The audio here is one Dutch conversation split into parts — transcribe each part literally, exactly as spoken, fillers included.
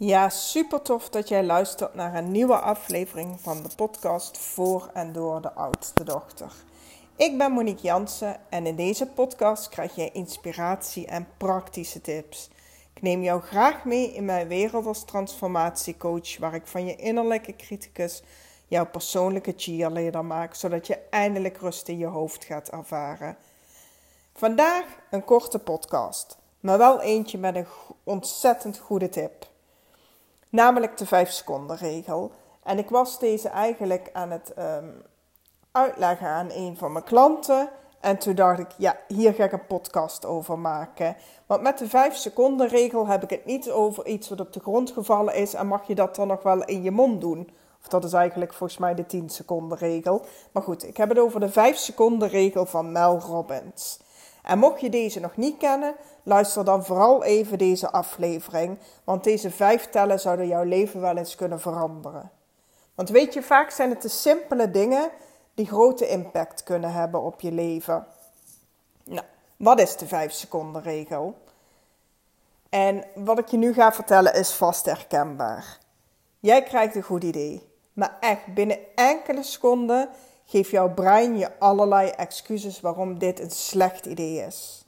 Ja, super tof dat jij luistert naar een nieuwe aflevering van de podcast Voor en Door de Oudste Dochter. Ik ben Monique Jansen en in deze podcast krijg je inspiratie en praktische tips. Ik neem jou graag mee in mijn wereld als transformatiecoach, waar ik van je innerlijke criticus jouw persoonlijke cheerleader maak, zodat je eindelijk rust in je hoofd gaat ervaren. Vandaag een korte podcast, maar wel eentje met een ontzettend goede tip. Namelijk de vijf seconden regel. En ik was deze eigenlijk aan het um, uitleggen aan een van mijn klanten. En toen dacht ik, ja, hier ga ik een podcast over maken. Want met de vijf seconden regel heb ik het niet over iets wat op de grond gevallen is. En mag je dat dan nog wel in je mond doen? Of dat is eigenlijk volgens mij de tien seconden regel. Maar goed, ik heb het over de vijf seconden regel van Mel Robbins. En mocht je deze nog niet kennen, luister dan vooral even deze aflevering. Want deze vijf tellen zouden jouw leven wel eens kunnen veranderen. Want weet je, vaak zijn het de simpele dingen die grote impact kunnen hebben op je leven. Nou, wat is de vijf seconden regel? En wat ik je nu ga vertellen is vast herkenbaar. Jij krijgt een goed idee. Maar echt, binnen enkele seconden geeft jouw brein je allerlei excuses waarom dit een slecht idee is.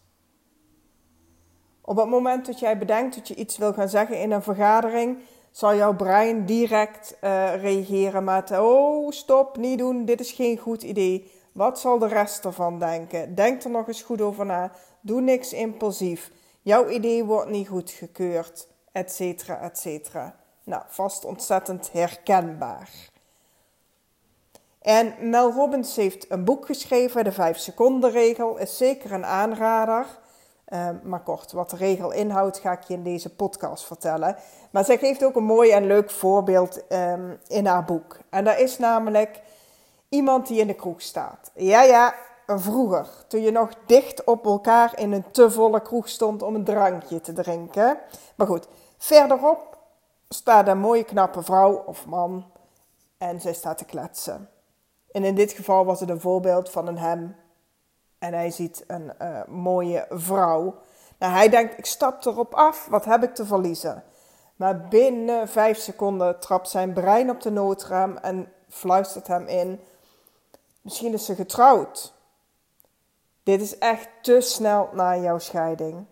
Op het moment dat jij bedenkt dat je iets wil gaan zeggen in een vergadering, zal jouw brein direct uh, reageren met: oh, stop, niet doen, dit is geen goed idee. Wat zal de rest ervan denken? Denk er nog eens goed over na. Doe niks impulsief. Jouw idee wordt niet goedgekeurd, et cetera, et cetera. Nou, vast ontzettend herkenbaar. En Mel Robbins heeft een boek geschreven, de vijf seconden regel, is zeker een aanrader. Uh, maar kort, wat de regel inhoudt, ga ik je in deze podcast vertellen. Maar zij geeft ook een mooi en leuk voorbeeld um, in haar boek. En dat is namelijk iemand die in de kroeg staat. Ja, ja, vroeger, toen je nog dicht op elkaar in een te volle kroeg stond om een drankje te drinken. Maar goed, verderop staat een mooie knappe vrouw of man en zij staat te kletsen. En in dit geval was het een voorbeeld van een hem. En hij ziet een uh, mooie vrouw. Nou, hij denkt, ik stap erop af, wat heb ik te verliezen? Maar binnen vijf seconden trapt zijn brein op de noodrem en fluistert hem in: misschien is ze getrouwd. Dit is echt te snel na jouw scheiding.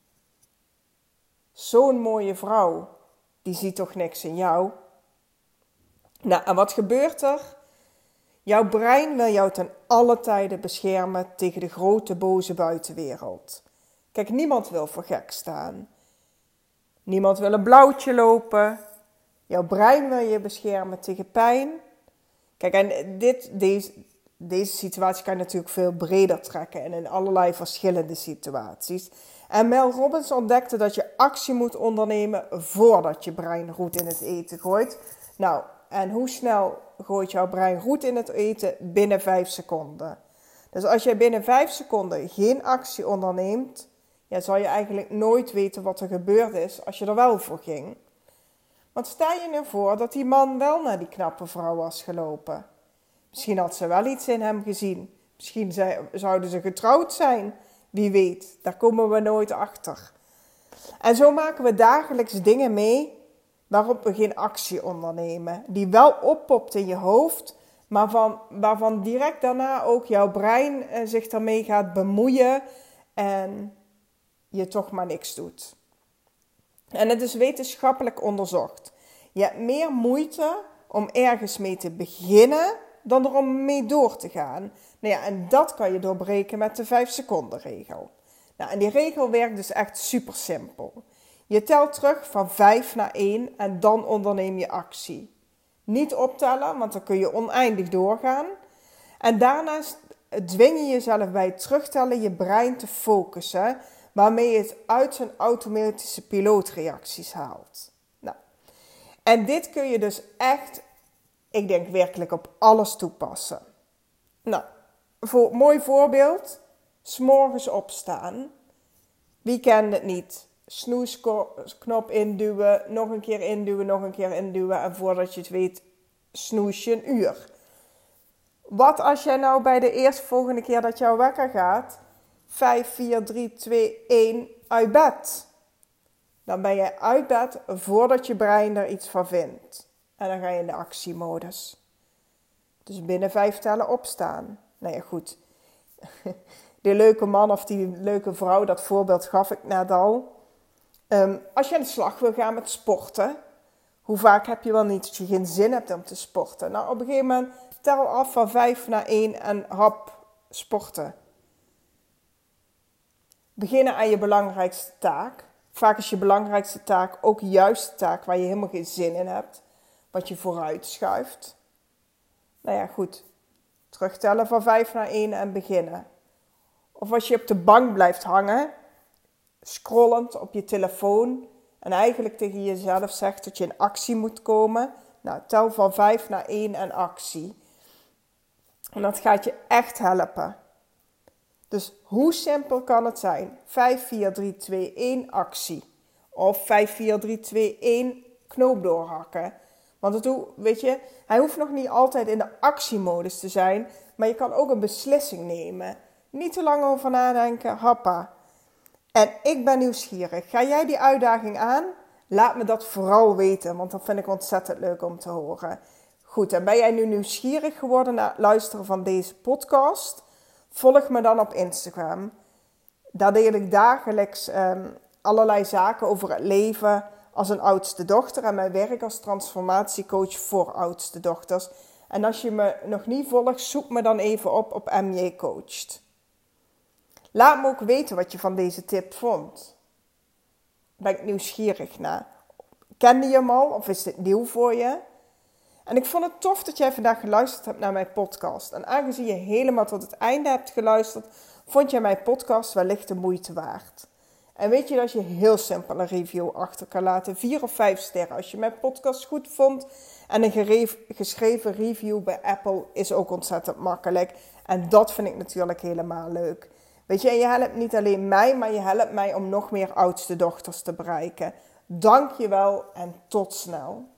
Zo'n mooie vrouw, die ziet toch niks in jou? Nou, en wat gebeurt er? Jouw brein wil jou ten alle tijden beschermen tegen de grote boze buitenwereld. Kijk, niemand wil voor gek staan. Niemand wil een blauwtje lopen. Jouw brein wil je beschermen tegen pijn. Kijk, en dit, deze, deze situatie kan je natuurlijk veel breder trekken en in allerlei verschillende situaties. En Mel Robbins ontdekte dat je actie moet ondernemen voordat je brein roet in het eten gooit. Nou, en hoe snel gooit jouw brein roet in het eten? Binnen vijf seconden. Dus als jij binnen vijf seconden geen actie onderneemt, ja, zal je eigenlijk nooit weten wat er gebeurd is als je er wel voor ging. Want stel je nu voor dat die man wel naar die knappe vrouw was gelopen. Misschien had ze wel iets in hem gezien. Misschien zouden ze getrouwd zijn. Wie weet, daar komen we nooit achter. En zo maken we dagelijks dingen mee waarop we geen actie ondernemen. Die wel oppopt in je hoofd, maar van, waarvan direct daarna ook jouw brein eh, zich daarmee gaat bemoeien en je toch maar niks doet. En het is wetenschappelijk onderzocht. Je hebt meer moeite om ergens mee te beginnen dan er om mee door te gaan. Nou ja, en dat kan je doorbreken met de vijf seconden regel. Nou, en die regel werkt dus echt super simpel. Je telt terug van vijf naar één en dan onderneem je actie. Niet optellen, want dan kun je oneindig doorgaan. En daarnaast dwing je jezelf bij het terugtellen je brein te focussen, waarmee je het uit zijn automatische pilootreacties haalt. Nou, en dit kun je dus echt, ik denk werkelijk op alles toepassen. Nou, voor mooi voorbeeld, 's morgens opstaan. Wie kent het niet? Snoesknop induwen, nog een keer induwen, nog een keer induwen en voordat je het weet, snoes je een uur. Wat als jij nou bij de eerstvolgende keer dat jouw wekker gaat, vijf, vier, drie, twee, één uit bed? Dan ben je uit bed voordat je brein er iets van vindt. En dan ga je in de actiemodus. Dus binnen vijf tellen opstaan. Nou ja, goed. Die leuke man of die leuke vrouw, dat voorbeeld gaf ik net al. Um, als je aan de slag wil gaan met sporten, hoe vaak heb je wel niet dat je geen zin hebt om te sporten? Nou, op een gegeven moment tel af van vijf naar één en hap sporten. Beginnen aan je belangrijkste taak. Vaak is je belangrijkste taak ook juist de taak waar je helemaal geen zin in hebt. Wat je vooruit schuift. Nou ja, goed. Terugtellen van vijf naar één en beginnen. Of als je op de bank blijft hangen, scrollend op je telefoon en eigenlijk tegen jezelf zegt dat je in actie moet komen. Nou, tel van vijf naar één en actie. En dat gaat je echt helpen. Dus hoe simpel kan het zijn? vijf, vier, drie, twee, één, actie. Of vijf, vier, drie, twee, één, knoop doorhakken. Want het, weet je, hij hoeft nog niet altijd in de actiemodus te zijn, maar je kan ook een beslissing nemen. Niet te lang over nadenken, hoppa. En ik ben nieuwsgierig. Ga jij die uitdaging aan? Laat me dat vooral weten, want dat vind ik ontzettend leuk om te horen. Goed, en ben jij nu nieuwsgierig geworden naar het luisteren van deze podcast? Volg me dan op Instagram. Daar deel ik dagelijks um, allerlei zaken over het leven als een oudste dochter en mijn werk als transformatiecoach voor oudste dochters. En als je me nog niet volgt, zoek me dan even op op M J Coached. Laat me ook weten wat je van deze tip vond. Ben ik nieuwsgierig naar. Kende je hem al of is dit nieuw voor je? En ik vond het tof dat jij vandaag geluisterd hebt naar mijn podcast. En aangezien je helemaal tot het einde hebt geluisterd, vond jij mijn podcast wellicht de moeite waard. En weet je dat je heel simpel een review achter kan laten. Vier of vijf sterren als je mijn podcast goed vond. En een gereef, geschreven review bij Apple is ook ontzettend makkelijk. En dat vind ik natuurlijk helemaal leuk. Weet je, en je helpt niet alleen mij, maar je helpt mij om nog meer oudste dochters te bereiken. Dank je wel en tot snel.